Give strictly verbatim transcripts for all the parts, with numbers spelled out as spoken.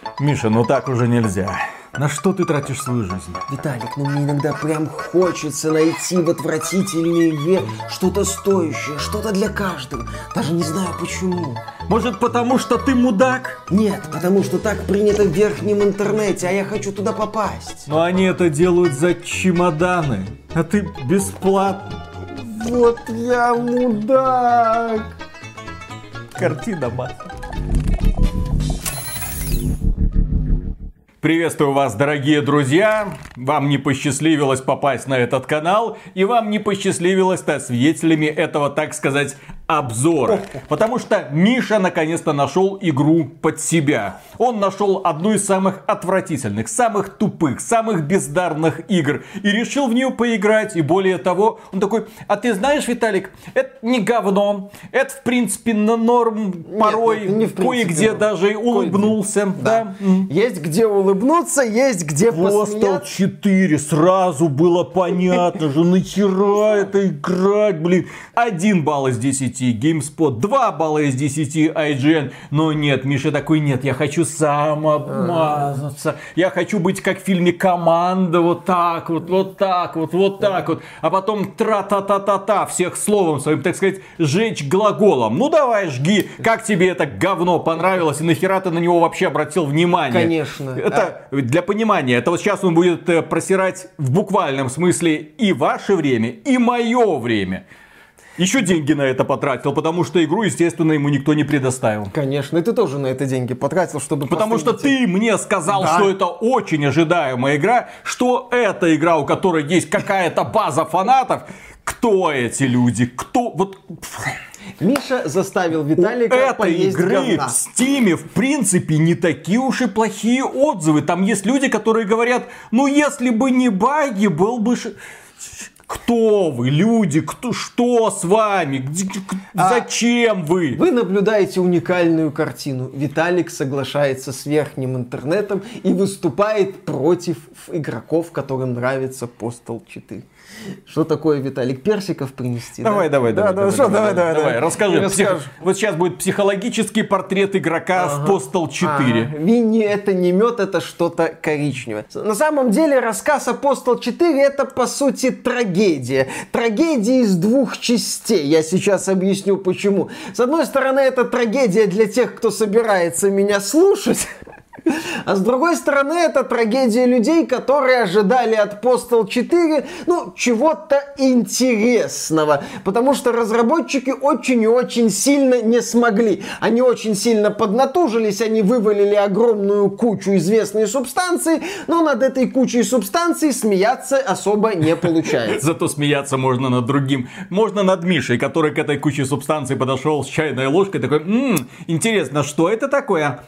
Миша, ну так уже нельзя. На что ты тратишь свою жизнь? Виталик, ну мне иногда прям хочется найти в отвратительной игре что-то стоящее, что-то для каждого. Даже не знаю почему. Может, потому что ты мудак? Нет, потому что так принято в верхнем интернете, а я хочу туда попасть. Но они это делают за чемоданы, а ты бесплатно. Вот я мудак. Картина масса. Приветствую вас, дорогие друзья! Вам не посчастливилось попасть на этот канал, и вам не посчастливилось стать свидетелями этого, так сказать, обзора. Потому что Миша наконец-то нашел игру под себя. Он нашел одну из самых отвратительных, самых тупых, самых бездарных игр. И решил в нее поиграть. И более того, он такой: а ты знаешь, Виталик, это не говно. Это, в принципе, на норм. Порой, Нет, не в принципе, кое-где даже улыбнулся. Да. Да. Есть где улыбнуться, есть где посмеяться. Postal четыре, сразу было понятно же, нахера это играть, блин. Один балл из десяти GameSpot, два балла из десяти ай джи эн. Но нет, Миша такой: нет, я хочу сам обмазаться. Я хочу быть как в фильме «Команда», вот так вот, вот так вот, вот так вот. А потом тра-та-та-та-та, всех словом своим, так сказать, жечь глаголом. Ну давай, жги, как тебе это говно понравилось, и нахера ты на него вообще обратил внимание? Конечно. Это для понимания, это вот сейчас он будет просирать в буквальном смысле и ваше время, и мое время. Еще деньги на это потратил, потому что игру, естественно, ему никто не предоставил. Конечно, и ты тоже на это деньги потратил, чтобы... Потому что ты мне сказал, да. что это очень ожидаемая игра, что это игра, у которой есть какая-то база фанатов. Кто эти люди? Кто... Вот... Миша заставил Виталика этой поесть игры говна. в Стиме, в принципе, не такие уж и плохие отзывы. Там есть люди, которые говорят: ну если бы не баги, был бы... Ш... Кто вы, люди? Кто, что с вами? Где, а зачем вы? Вы наблюдаете уникальную картину. Виталик соглашается с верхним интернетом и выступает против игроков, которым нравится Postal четыре. Что такое, Виталик? Персиков принести? Давай, да? давай, да, давай, да, давай, что, давай, давай, давай, давай. расскажи. Псих... Вот сейчас будет психологический портрет игрока ага. в Postal четыре. Ага. Винни это не мед, это что-то коричневое. На самом деле рассказ о Postal четыре это по сути трагедия. Трагедия из двух частей. Я сейчас объясню почему. С одной стороны, это трагедия для тех, кто собирается меня слушать. А с другой стороны, это трагедия людей, которые ожидали от Postal четыре, ну, чего-то интересного. Потому что разработчики очень и очень сильно не смогли. Они очень сильно поднатужились, они вывалили огромную кучу известной субстанции, но над этой кучей субстанции смеяться особо не получается. Зато смеяться можно над другим. Можно над Мишей, который к этой куче субстанции подошел с чайной ложкой, такой: м-м, интересно, что это такое?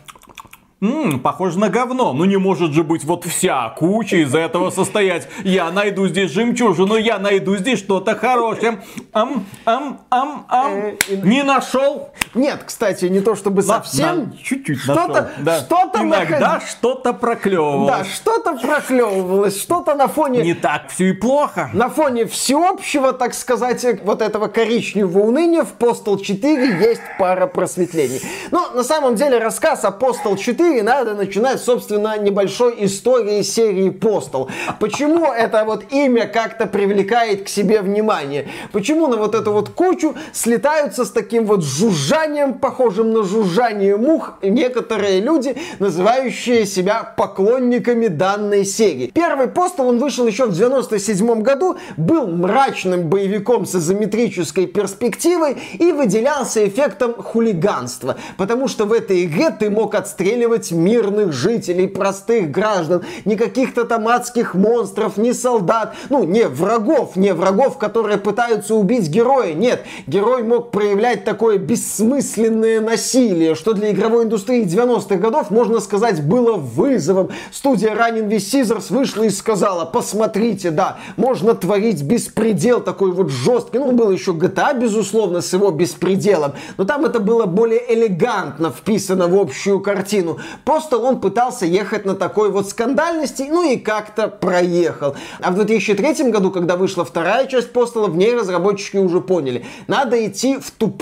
Ммм, похоже на говно. Ну не может же быть вот вся куча из этого состоять. Я найду здесь жемчужину, я найду здесь что-то хорошее. Ам, ам, ам, ам. Не нашел? Нет, кстати, не то чтобы совсем. Чуть-чуть что-то, да. что-то Иногда наход... что-то проклевывалось. Да, что-то проклевывалось, что-то на фоне... Не так все и плохо. На фоне всеобщего, так сказать, вот этого коричневого уныния в Postal четыре есть пара просветлений. Но на самом деле рассказ о Postal четыре надо начинать, собственно, небольшой истории серии Postal. Почему это вот имя как-то привлекает к себе внимание? Почему на вот эту вот кучу слетаются с таким вот жужжанием, похожим на жужжание мух, некоторые люди, называющие себя поклонниками данной серии? Первый Postal, он вышел еще в девяносто седьмом году, был мрачным боевиком с изометрической перспективой и выделялся эффектом хулиганства. Потому что в этой игре ты мог отстреливать мирных жителей, простых граждан, не каких-то там адских монстров, не солдат, ну, не врагов, не врагов, которые пытаются убить героя. Нет, герой мог проявлять такое бессмысленное насилие, что для игровой индустрии девяностых годов, можно сказать, было вызовом. Студия Running with Scissors вышла и сказала: посмотрите, да, можно творить беспредел такой вот жесткий. Ну, был еще джи ти эй, безусловно, с его беспределом, но там это было более элегантно вписано в общую картину. Postal он пытался ехать на такой вот скандальности, ну и как-то проехал. А в две тысячи третьем году, когда вышла вторая часть Postal, в ней разработчики уже поняли: надо идти в тупой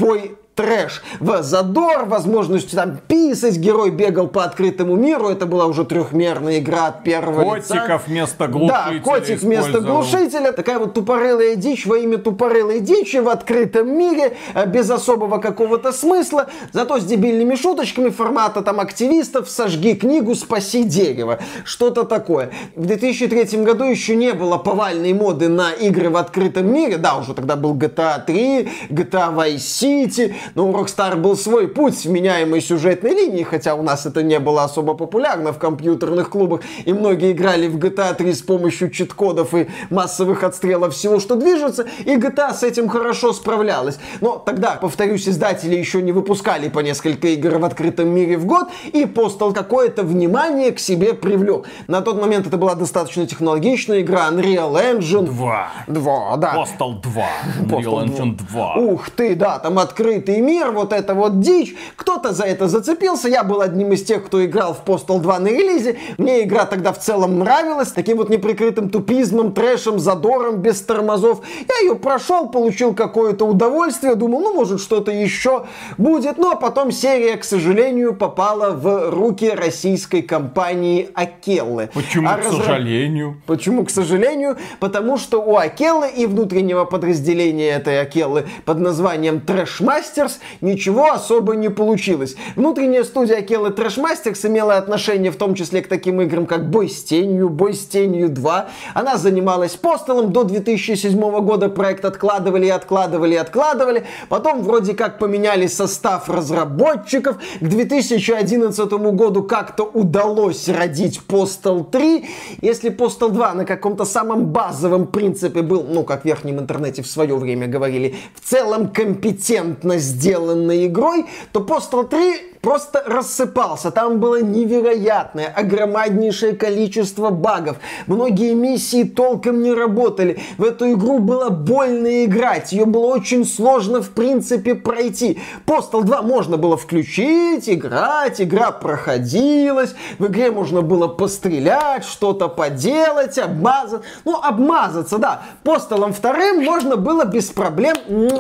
трэш, в задор, возможностью там писать, герой бегал по открытому миру, это была уже трехмерная игра от первого лица. Котиков вместо глушителя. Да, котик вместо глушителя, такая вот тупорылая дичь во имя тупорылой дичи в открытом мире, без особого какого-то смысла, зато с дебильными шуточками формата там активистов «сожги книгу, спаси дерево», что-то такое. В две тысячи третьем году еще не было повальной моды на игры в открытом мире, да, уже тогда был джи ти эй три, джи ти эй Vice City, но у Rockstar был свой путь с вменяемой сюжетной линией, хотя у нас это не было особо популярно в компьютерных клубах, и многие играли в джи ти эй три с помощью чит-кодов и массовых отстрелов всего, что движется, и джи ти эй с этим хорошо справлялась. Но тогда, повторюсь, издатели еще не выпускали по несколько игр в открытом мире в год, и Postal какое-то внимание к себе привлек. На тот момент это была достаточно технологичная игра Unreal Engine два. два, да. Postal два. Unreal Engine два. Ух ты, да, там открытый мир, вот это вот дичь. Кто-то за это зацепился. Я был одним из тех, кто играл в Postal два на релизе. Мне игра тогда в целом нравилась. Таким вот неприкрытым тупизмом, трэшем, задором, без тормозов. Я ее прошел, получил какое-то удовольствие. Думал, ну, может, что-то еще будет. Ну, а потом серия, к сожалению, попала в руки российской компании Акеллы. Почему, а к разра... сожалению? Почему, к сожалению? Потому что у Акеллы и внутреннего подразделения этой Акеллы под названием Trash Masters ничего особо не получилось. Внутренняя студия Акеллы Trash Masters имела отношение в том числе к таким играм, как Бой с тенью, Бой с тенью два. Она занималась Посталом. До две тысячи седьмого года проект откладывали и откладывали и откладывали. Потом вроде как поменяли состав разработчиков. К две тысячи одиннадцатому году как-то удалось родить Postal три. Если Postal два на каком-то самом базовом принципе был, ну, как в верхнем интернете в свое время говорили, в целом компетентно сделанной игрой, то Postal три просто рассыпался. Там было невероятное, огромнейшее количество багов. Многие миссии толком не работали. В эту игру было больно играть. Ее было очень сложно, в принципе, пройти. Postal два можно было включить, играть. Игра проходилась. В игре можно было пострелять, что-то поделать, обмазаться. Ну, обмазаться, да. Postal два можно было без проблем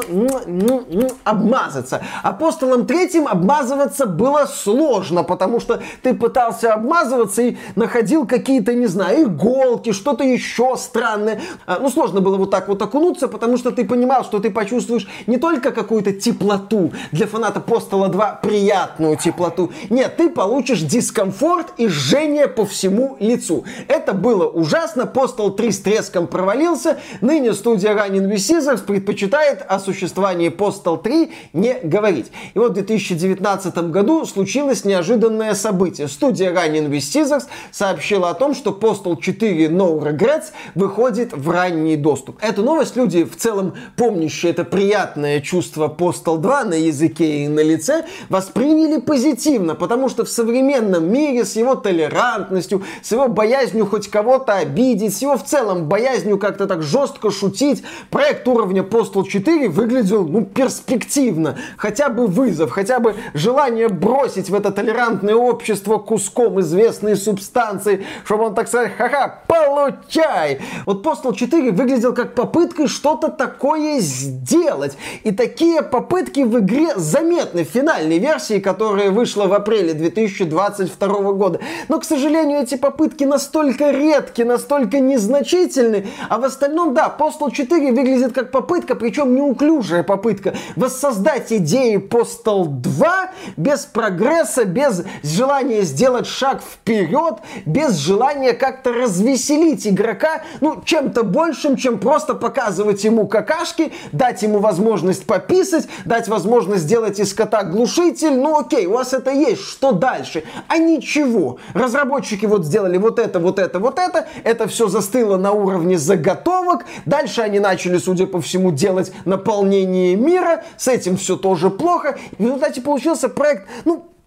обмазаться. А Postal три обмазываться было сложно, потому что ты пытался обмазываться и находил какие-то, не знаю, иголки, что-то еще странное. Ну, сложно было вот так вот окунуться, потому что ты понимал, что ты почувствуешь не только какую-то теплоту, для фаната Postal два приятную теплоту. Нет, ты получишь дискомфорт и жжение по всему лицу. Это было ужасно. Postal три с треском провалился. Ныне студия Running with Scissors предпочитает о существовании Postal три не говорить. И вот в две тысячи девятнадцатом году случилось неожиданное событие. Студия Running with Scissors сообщила о том, что Postal четыре No Regrets выходит в ранний доступ. Эту новость люди, в целом помнящие это приятное чувство Postal два на языке и на лице, восприняли позитивно, потому что в современном мире с его толерантностью, с его боязнью хоть кого-то обидеть, с его в целом боязнью как-то так жестко шутить, проект уровня Postal четыре выглядел, ну, перспективно. Хотя бы вызов, хотя бы желание бросить в это толерантное общество куском известной субстанции, чтобы он, так сказать, ха-ха, получай! Вот Postal четыре выглядел как попытка что-то такое сделать. И такие попытки в игре заметны в финальной версии, которая вышла в апреле две тысячи двадцать второго года. Но, к сожалению, эти попытки настолько редки, настолько незначительны, а в остальном, да, Postal четыре выглядит как попытка, причем неуклюжая попытка, воссоздать идеи Postal два без прогресса, без желания сделать шаг вперед, без желания как-то развеселить игрока, ну, чем-то большим, чем просто показывать ему какашки, дать ему возможность пописать, дать возможность сделать из кота глушитель. Ну, окей, у вас это есть, что дальше? А ничего. Разработчики вот сделали вот это, вот это, вот это, это все застыло на уровне заготовок, дальше они начали, судя по всему, делать наполнение мира, с этим все тоже плохо, в результате получился проект, ну,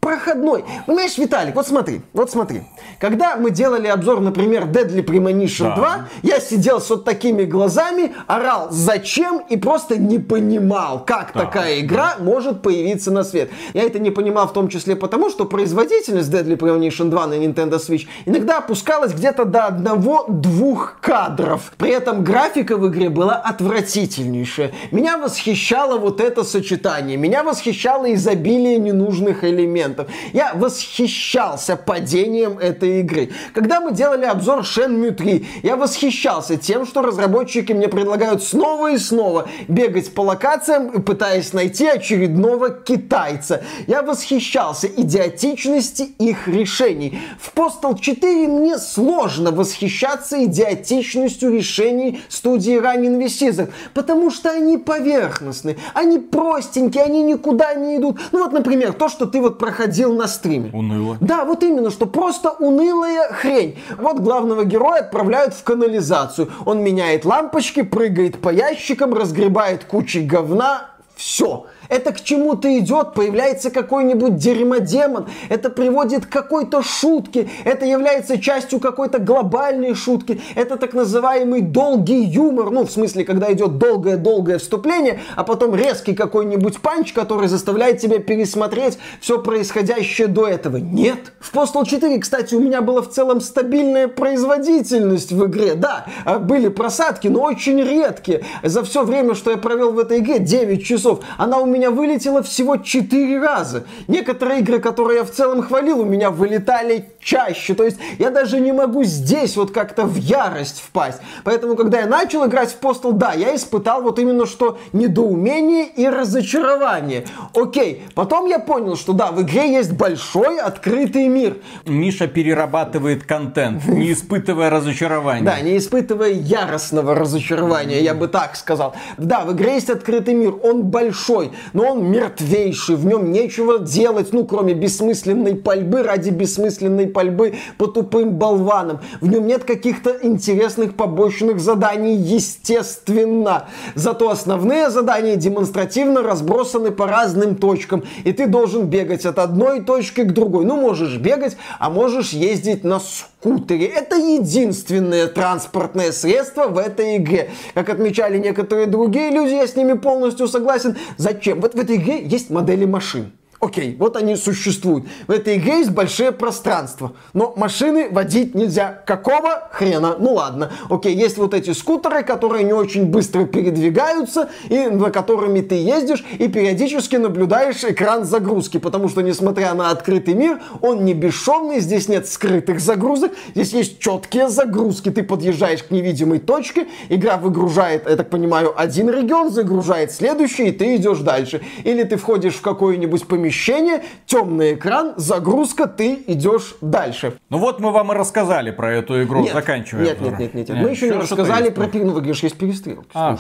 проходной. Понимаешь, Виталик, вот смотри, вот смотри. Когда мы делали обзор, например, Deadly Premonition Да. два, я сидел с вот такими глазами, орал «Зачем?» и просто не понимал, как Да, такая игра может появиться на свет. Я это не понимал в том числе потому, что производительность Deadly Premonition два на Nintendo Switch иногда опускалась где-то до одного-двух кадров. При этом графика в игре была отвратительнейшая. Меня восхищало вот это сочетание. Меня восхищало изобилие ненужных элементов. Я восхищался падением этой игры. Когда мы делали обзор Shenmue три, я восхищался тем, что разработчики мне предлагают снова и снова бегать по локациям, пытаясь найти очередного китайца. Я восхищался идиотичности их решений. В Postal четыре мне сложно восхищаться идиотичностью решений студии Running Wizards, потому что они поверхностны, они простенькие, они никуда не идут. Ну вот, например, то, что ты вот проходил на стриме. Уныло. Да, вот именно, что просто унылая хрень. Вот главного героя отправляют в канализацию. Он меняет лампочки, прыгает по ящикам, разгребает кучи говна. Все. Это к чему-то идет, появляется какой-нибудь дерьмодемон, это приводит к какой-то шутке, это является частью какой-то глобальной шутки, это так называемый долгий юмор, ну, в смысле, когда идет долгое-долгое вступление, а потом резкий какой-нибудь панч, который заставляет тебя пересмотреть все происходящее до этого. Нет. В Postal четыре, кстати, у меня была в целом стабильная производительность в игре. Да, были просадки, но очень редкие. За все время, что я провел в этой игре, девять часов, она у меня вылетела всего четыре раза. Некоторые игры, которые я в целом хвалил, у меня вылетали чаще. То есть я даже не могу здесь вот как-то в ярость впасть. Поэтому, когда я начал играть в Postal, да, я испытал вот именно что недоумение и разочарование. Окей, потом я понял, что да, в игре есть большой открытый мир. Миша перерабатывает контент, не испытывая разочарования. Да, не испытывая яростного разочарования, я бы так сказал. Да, в игре есть открытый мир, он большой, но он мертвейший, в нем нечего делать, ну, кроме бессмысленной пальбы ради бессмысленной пальбы по тупым болванам. В нем нет каких-то интересных побочных заданий, естественно. Зато основные задания демонстративно разбросаны по разным точкам, и ты должен бегать от одной точки к другой. Ну, можешь бегать, а можешь ездить на скутере. Это единственное транспортное средство в этой игре. Как отмечали некоторые другие люди, я с ними полностью согласен. Зачем? Вот в этой игре есть модели машин. Окей, вот они существуют. В этой игре есть большое пространство, но машины водить нельзя. Какого хрена? Ну ладно. Окей, есть вот эти скутеры, которые не очень быстро передвигаются, и на которыми ты ездишь, и периодически наблюдаешь экран загрузки, потому что, несмотря на открытый мир, он не бесшовный, здесь нет скрытых загрузок, здесь есть четкие загрузки. Ты подъезжаешь к невидимой точке, игра выгружает, я так понимаю, один регион, загружает следующий, и ты идешь дальше. Или ты входишь в какое-нибудь помещение, темный экран, загрузка, ты идешь дальше. Ну вот мы вам и рассказали про эту игру, Нет, заканчивая. Нет, нет, нет, нет, нет. Мы еще не рассказали про... Ну, в игре же есть перестрелки. А,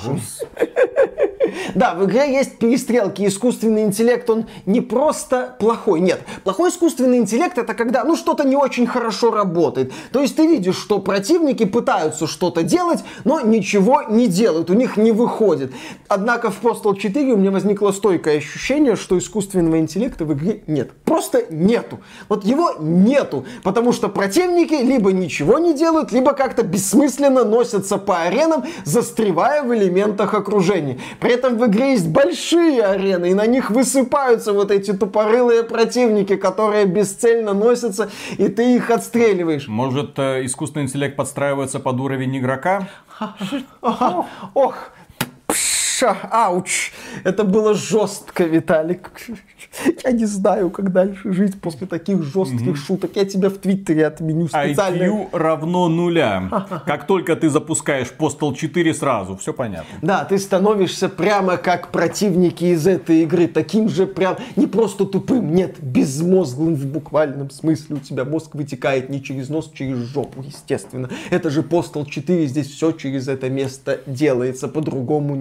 Да, в игре есть перестрелки. Искусственный интеллект, он не просто плохой. Нет, плохой искусственный интеллект — это когда, ну, что-то не очень хорошо работает. То есть ты видишь, что противники пытаются что-то делать, но ничего не делают, у них не выходит. Однако в Postal четыре у меня возникло стойкое ощущение, что искусственного интеллекта в игре нет. Просто нету. Вот его нету, потому что противники либо ничего не делают, либо как-то бессмысленно носятся по аренам, застревая в элементах окружения. При этом в игре есть большие арены, и на них высыпаются вот эти тупорылые противники, которые бесцельно носятся, и ты их отстреливаешь. Может, э, искусственный интеллект подстраивается под уровень игрока? Ага. Ох, пша, ауч. Это было жестко, Виталик. Я не знаю, как дальше жить после таких жестких mm-hmm. шуток. Я тебя в Твиттере отменю специально. ай кью равно нуля. Как только ты запускаешь Postal четыре, сразу все понятно. Да, ты становишься прямо как противники из этой игры. Таким же прям, не просто тупым, нет, безмозглым в буквальном смысле. У тебя мозг вытекает не через нос, через жопу, естественно. Это же Postal четыре, здесь все через это место делается, по-другому никак.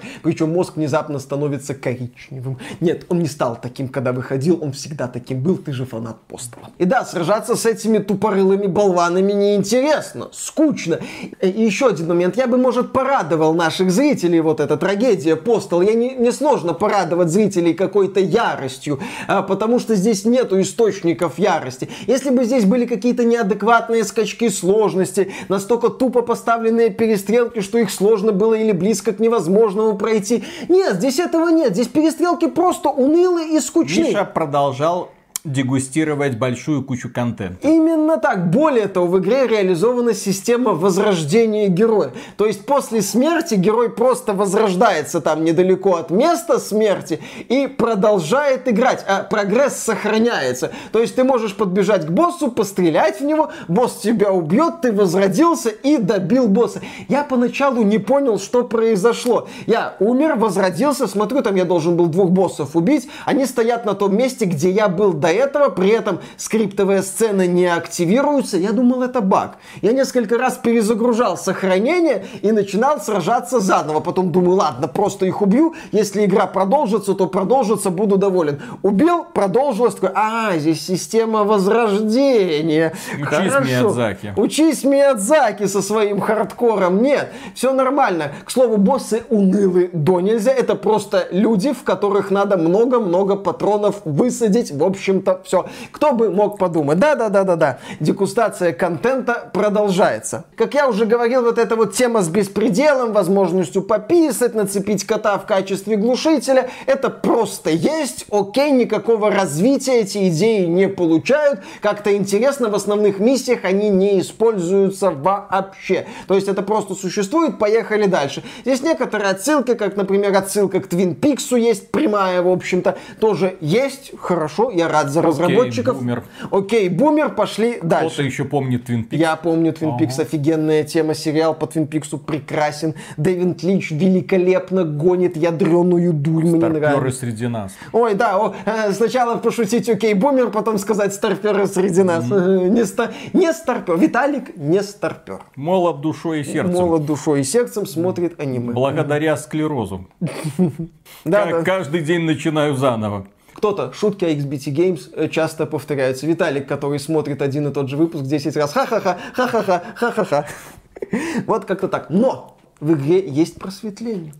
Причем мозг внезапно становится коричневым. Нет, он не стал таким, когда выходил, он всегда таким был, ты же фанат Постала. И да, сражаться с этими тупорылыми болванами неинтересно, скучно. И еще один момент, я бы, может, порадовал наших зрителей, вот эта трагедия Постал. Я не, не сложно порадовать зрителей какой-то яростью, а, потому что здесь нету источников ярости. Если бы здесь были какие-то неадекватные скачки сложности, настолько тупо поставленные перестрелки, что их сложно было или близко к невозможному пройти. Нет, здесь этого нет. Здесь перестрелки просто унылые и скучные. Миша продолжал дегустировать большую кучу контента. Именно так. Более того, в игре реализована система возрождения героя. То есть после смерти герой просто возрождается там недалеко от места смерти и продолжает играть, а прогресс сохраняется. То есть ты можешь подбежать к боссу, пострелять в него, босс тебя убьет, ты возродился и добил босса. Я поначалу не понял, что произошло. Я умер, возродился, смотрю, там я должен был двух боссов убить, они стоят на том месте, где я был до этого, при этом скриптовая сцена не активируется. Я думал, это баг. Я несколько раз перезагружал сохранение и начинал сражаться заново. Потом думаю, ладно, просто их убью. Если игра продолжится, то продолжится, буду доволен. Убил, продолжилось. Такой, а, здесь система возрождения. Учись, Хорошо. Миядзаки. Учись, Миядзаки, со своим хардкором. Нет, все нормально. К слову, боссы унылы до нельзя. Это просто люди, в которых надо много-много патронов высадить. В общем, все. Кто бы мог подумать. Да-да-да-да-да. Дегустация контента продолжается. Как я уже говорил, вот эта вот тема с беспределом, возможностью пописать, нацепить кота в качестве глушителя, это просто есть. Окей, никакого развития эти идеи не получают. Как-то интересно, в основных миссиях они не используются вообще. То есть это просто существует, поехали дальше. Здесь некоторые отсылки, как, например, отсылка к Твин Пиксу есть, прямая, в общем-то, тоже есть. Хорошо, я рад за разработчиков. Окей, бумер. Окей, бумер, пошли дальше. Кто-то еще помнит Твин Пикс? Я помню Твин Пикс, Ага. офигенная тема, сериал по Твин Пиксу прекрасен. Дэвид Линч великолепно гонит ядреную дурь, мне Старперы нравится. среди нас. Ой, да, о, э, сначала пошутить окей, бумер, потом сказать старперы среди нас. Mm-hmm. Не, ста- не старпер. Виталик не старпер. Молод душой и сердцем. Молод душой и сердцем смотрит аниме. Благодаря склерозу. Да, К- да. Каждый день начинаю заново. Кто-то, шутки икс би ти Games э, часто повторяются. Виталик, который смотрит один и тот же выпуск десять раз. Ха-ха-ха, ха-ха-ха, ха-ха-ха. Вот как-то так. Но в игре есть просветление.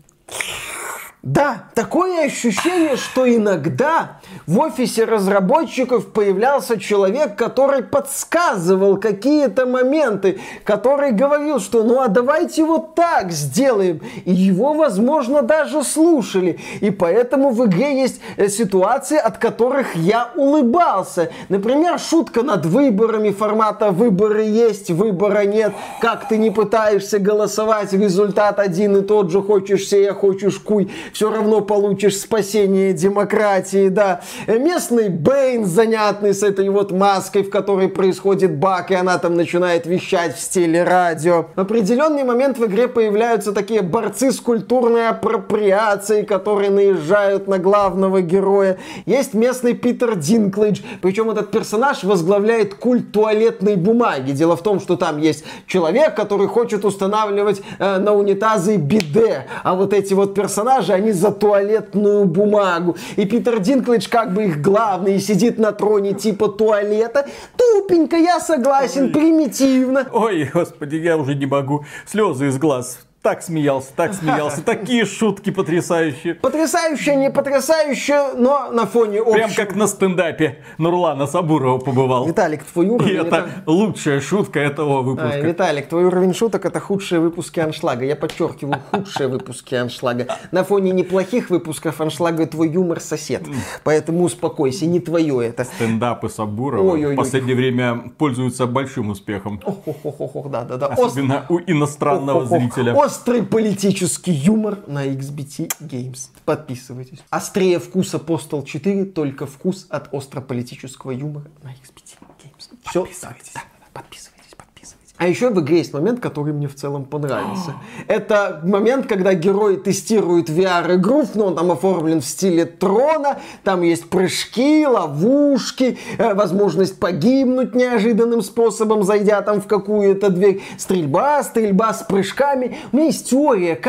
Да, такое ощущение, что иногда в офисе разработчиков появлялся человек, который подсказывал какие-то моменты, который говорил, что ну а давайте вот так сделаем. И его, возможно, даже слушали. И поэтому в игре есть ситуации, от которых я улыбался. Например, шутка над выборами формата «выборы есть, выбора нет». Как ты не пытаешься голосовать, результат один и тот же, хочешь сея, хочешь куй. Все равно получишь спасение демократии, да. Местный Бэйн занятный с этой вот маской, в которой происходит баг, и она там начинает вещать в стиле радио. В определенный момент в игре появляются такие борцы с культурной апроприацией, которые наезжают на главного героя. Есть местный Питер Динклэдж, причем этот персонаж возглавляет культ туалетной бумаги. Дело в том, что там есть человек, который хочет устанавливать э, на унитазы биде, а вот эти вот персонажи, они за туалетную бумагу. И Питер Динклэдж как бы их главный и сидит на троне типа туалета. Тупенько, я согласен, Ой. примитивно. Ой, господи, я уже не могу. Слезы из глаз. Так смеялся, так смеялся. Такие шутки потрясающие. Потрясающе, не потрясающе, но на фоне общего... Прям как на стендапе Нурлана Сабурова побывал. Виталик, твой уровень... И это лучшая шутка этого А, выпуска. Виталик, твой уровень шуток — это худшие выпуски аншлага. Я подчеркиваю, худшие выпуски аншлага. На фоне неплохих выпусков аншлага твой юмор сосед. Поэтому успокойся, не твое это. Стендапы Сабурова Ой-ой-ой. в последнее время пользуются большим успехом. Ох-ох-ох, да-да-да. Особенно у иностранного Ох-ох-ох. зрителя. Острый политический юмор на икс би ти Games. Подписывайтесь. Острее вкуса Postal четыре, только вкус от острополитического юмора на икс би ти Games. Все. Подписывайтесь. Да, да, подписывайтесь, подписывайтесь. А еще в игре есть момент, который мне в целом понравился. Это момент, когда герой тестирует ви ар-игру, но он там оформлен в стиле трона, там есть прыжки, ловушки, э, возможность погибнуть неожиданным способом, зайдя там в какую-то дверь, стрельба, стрельба с прыжками. У меня есть теория, как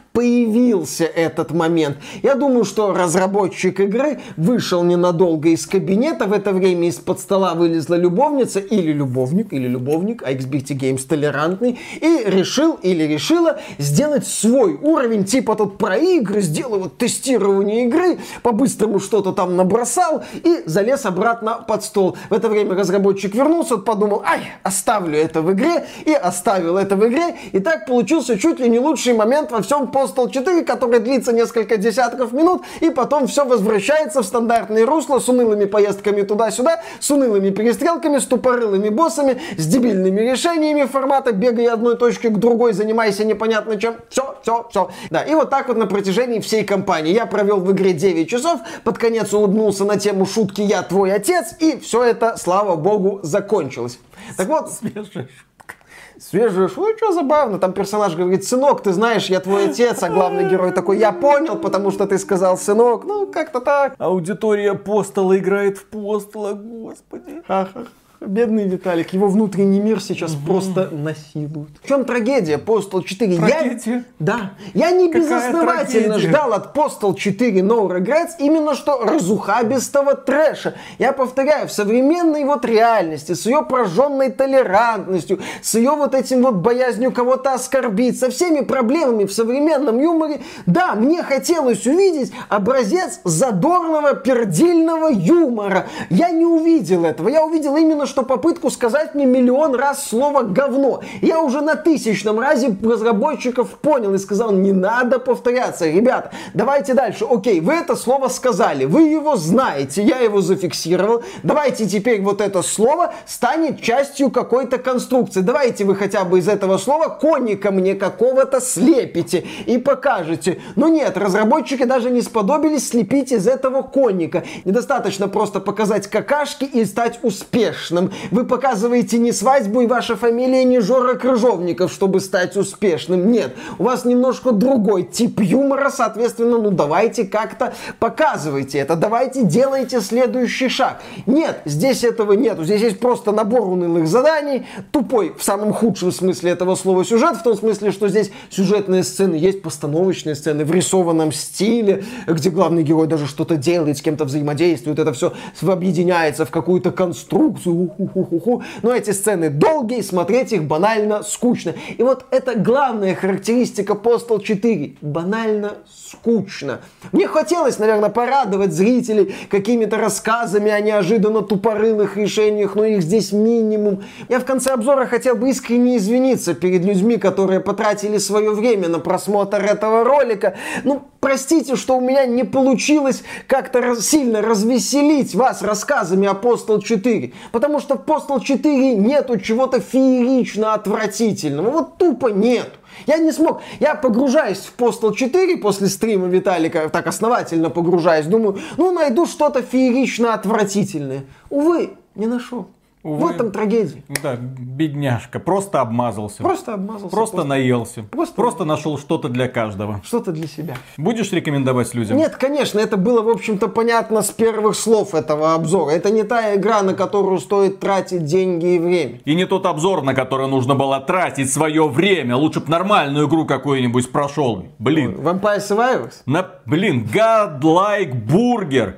появился этот момент. Я думаю, что разработчик игры вышел ненадолго из кабинета, в это время из-под стола вылезла любовница или любовник, или любовник, а икс би ти Games толерантный, и решил или решила сделать свой уровень, типа тут про игры, сделал вот тестирование игры, по-быстрому что-то там набросал и залез обратно под стол. В это время разработчик вернулся, подумал, ай, оставлю это в игре, и оставил это в игре, и так получился чуть ли не лучший момент во всем Postal четыре, который длится несколько десятков минут, и потом все возвращается в стандартное русло с унылыми поездками туда-сюда, с унылыми перестрелками, с тупорылыми боссами, с дебильными решениями формата «бегай одной точки к другой, занимайся непонятно чем». Все, все, все. Да, и вот так вот на протяжении всей кампании. Я провел в игре девять часов, под конец улыбнулся на тему шутки «Я твой отец», и все это, слава богу, закончилось. Так вот, Свежая шутка. свежая шутка, что забавно, там персонаж говорит: сынок, ты знаешь, я твой отец, а главный герой такой: я понял, потому что ты сказал сынок, ну как-то так. Аудитория Постала играет в Постала, господи. Ха-ха. Бедный Виталик, его внутренний мир сейчас угу. просто насилуют. В чем трагедия Postal четыре? Трагедия? Я, да, я не Какая безосновательно трагедия? ждал от Postal четыре No Regrets именно что разухабистого трэша. Я повторяю, в современной вот реальности, с ее прожженной толерантностью, с ее вот этим вот боязнью кого-то оскорбить, со всеми проблемами в современном юморе, да, мне хотелось увидеть образец задорного пердильного юмора. Я не увидел этого, я увидел именно что попытку сказать мне миллион раз слово «говно». Я уже на тысячном разе разработчиков понял и сказал: не надо повторяться. Ребята, давайте дальше. Окей, вы это слово сказали, вы его знаете, я его зафиксировал. Давайте теперь вот это слово станет частью какой-то конструкции. Давайте вы хотя бы из этого слова коника мне какого-то слепите и покажете. Но нет, разработчики даже не сподобились слепить из этого коника. Недостаточно просто показать какашки и стать успешным. Вы показываете не свадьбу и ваша фамилия не Жора Крыжовников, чтобы стать успешным. Нет, у вас немножко другой тип юмора, соответственно, ну давайте как-то показывайте это, давайте делайте следующий шаг. Нет, здесь этого нету, здесь есть просто набор унылых заданий, тупой в самом худшем смысле этого слова сюжет, в том смысле, что здесь сюжетные сцены, есть постановочные сцены в рисованном стиле, где главный герой даже что-то делает, с кем-то взаимодействует, это все объединяется в какую-то конструкцию. Уху-ху-ху. Но эти сцены долгие, смотреть их банально скучно. И вот это главная характеристика Postal четыре. Банально скучно. Мне хотелось, наверное, порадовать зрителей какими-то рассказами о неожиданно тупорылых решениях, но их здесь минимум. Я в конце обзора хотел бы искренне извиниться перед людьми, которые потратили свое время на просмотр этого ролика. Ну, простите, что у меня не получилось как-то раз, сильно развеселить вас рассказами о Postal четыре. Потому что в Postal четыре нету чего-то феерично отвратительного. Вот тупо нет. Я не смог. Я погружаюсь в Postal четыре после стрима Виталика, так основательно погружаюсь. Думаю, ну найду что-то феерично отвратительное. Увы, не нашел. Увы, вот там трагедия. Да, бедняжка. Просто обмазался. Просто обмазался. Просто, просто наелся. Просто, просто нашел что-то для каждого. Что-то для себя. Будешь рекомендовать людям? Нет, конечно, это было, в общем-то, понятно с первых слов этого обзора. Это не та игра, на которую стоит тратить деньги и время. И не тот обзор, на который нужно было тратить свое время. Лучше бы нормальную игру какую-нибудь прошел. Блин. Vampire Survivors? На, блин, God-like Burger.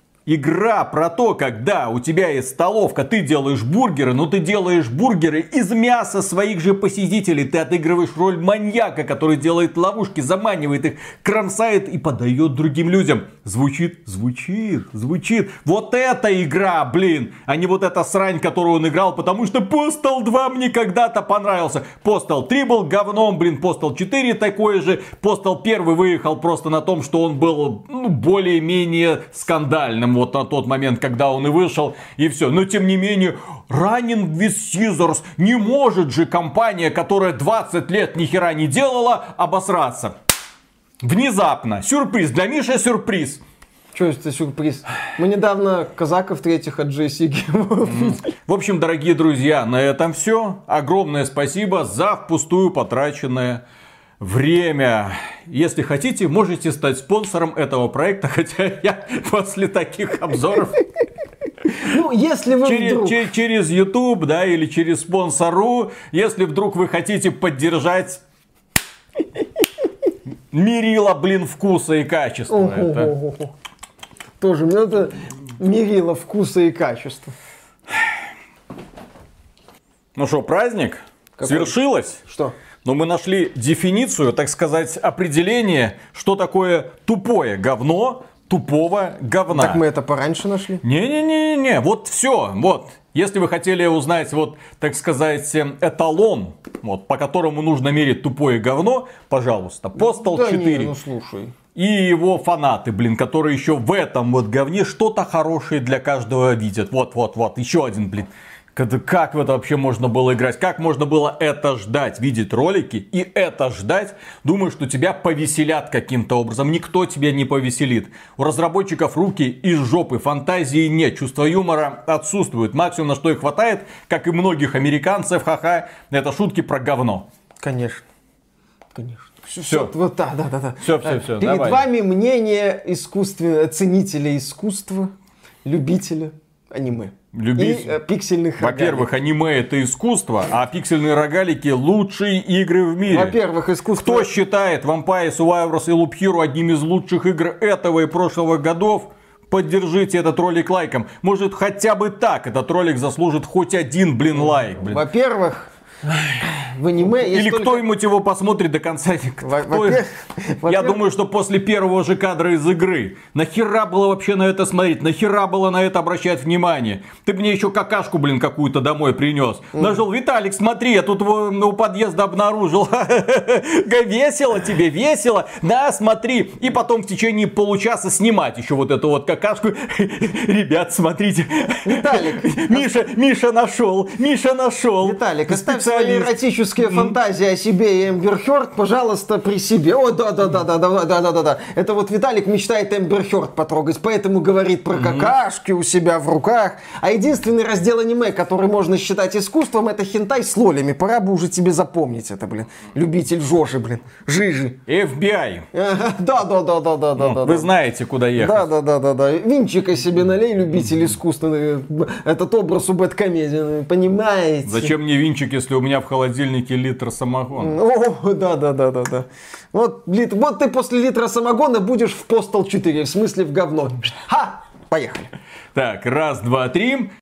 Игра про то, когда у тебя есть столовка, ты делаешь бургеры, но ты делаешь бургеры из мяса своих же посетителей. Ты отыгрываешь роль маньяка, который делает ловушки, заманивает их, кромсает и подает другим людям. Звучит, звучит, звучит. Вот эта игра, блин, а не вот эта срань, которую он играл, потому что Postal два мне когда-то понравился. Postal три был говном, блин, Postal четыре такой же. Postal один выехал просто на том, что он был, ну, более-менее скандальным. Вот на тот момент, когда он и вышел, и все. Но тем не менее, Running with Scissors, не может же компания, которая двадцать лет ни хера не делала, обосраться. Внезапно. Сюрприз. Для Миши сюрприз. Что это сюрприз? Мы недавно казаков третьих от джей си mm. В общем, дорогие друзья, на этом все. Огромное спасибо за впустую потраченное время. Если хотите, можете стать спонсором этого проекта, хотя я после таких обзоров... Ну, если вы через, вдруг... через, через YouTube, да, или через спонсору, если вдруг вы хотите поддержать мерило, блин, вкуса и качества. Это. Тоже, ну это мерило вкуса и качества. Ну что, праздник? Какой? Свершилось? Что? Но мы нашли дефиницию, так сказать, определение, что такое тупое говно тупого говна. Так мы это пораньше нашли? Не-не-не-не, вот все, вот. Если вы хотели узнать, вот, так сказать, эталон, вот, по которому нужно мерить тупое говно, пожалуйста, Postal да четыре. Не, ну слушай. И его фанаты, блин, которые еще в этом вот говне что-то хорошее для каждого видят. Вот-вот-вот, еще один, блин. Как в это вообще можно было играть? Как можно было это ждать? Видеть ролики и это ждать? Думаю, что тебя повеселят каким-то образом. Никто тебя не повеселит. У разработчиков руки из жопы. Фантазии нет. Чувство юмора отсутствует. Максимум, на что их хватает, как и многих американцев, ха-ха, это шутки про говно. Конечно. Конечно. Все, все. Вот, да, да, да, да. Все, все, все. Перед Давай. вами мнение искусственного ценителя искусства, любителя аниме. Любить. И э, пиксельных рогалик. Во-первых, аниме это искусство, а пиксельные рогалики лучшие игры в мире. Во-первых, искусство... Кто считает Vampire Survivors и Loop Hero одними из лучших игр этого и прошлых годов? Поддержите этот ролик лайком. Может, хотя бы так этот ролик заслужит хоть один, блин, лайк. Блин. Во-первых, в аниме есть Или только... кто-нибудь его посмотрит до конца. Кто... Во-первых, Я думаю, что после первого же кадра из игры. Нахера было вообще на это смотреть? Нахера было на это обращать внимание? Ты мне еще какашку, блин, какую-то домой принес. Нажал: Виталик, смотри, я тут у подъезда обнаружил. Весело тебе, весело. Да, смотри. И потом в течение получаса снимать еще вот эту вот какашку. Ребят, смотрите. Виталик. Миша, Миша нашел. Миша нашел. Виталик, оставь свои эротические фантазии о себе и Эмбер Хёрд, пожалуйста, при себе. О, да-да-да-да-да-да-да-да. Это вот Виталик мечтает Эмбер Хёрд потрогать, поэтому говорит про какашки у себя в руках. А единственный раздел аниме, который можно считать искусством, это хентай с лолями. Пора бы уже тебе запомнить это, блин. Любитель Жожи, блин. Жижи. эф би ай. Да-да-да-да-да-да. Вы знаете, куда ехать. Да-да-да-да-да. Винчика себе налей, любитель искусства. Этот образ у Бэдкомедиана, понимаете? Зачем мне винчик, если у меня в холодильнике литр самогона? О, да-да-да-да-да. Вот, лит, вот ты после литра самогона будешь в Postal четыре, в смысле в говно. Ха! Поехали. Так, раз, два, три.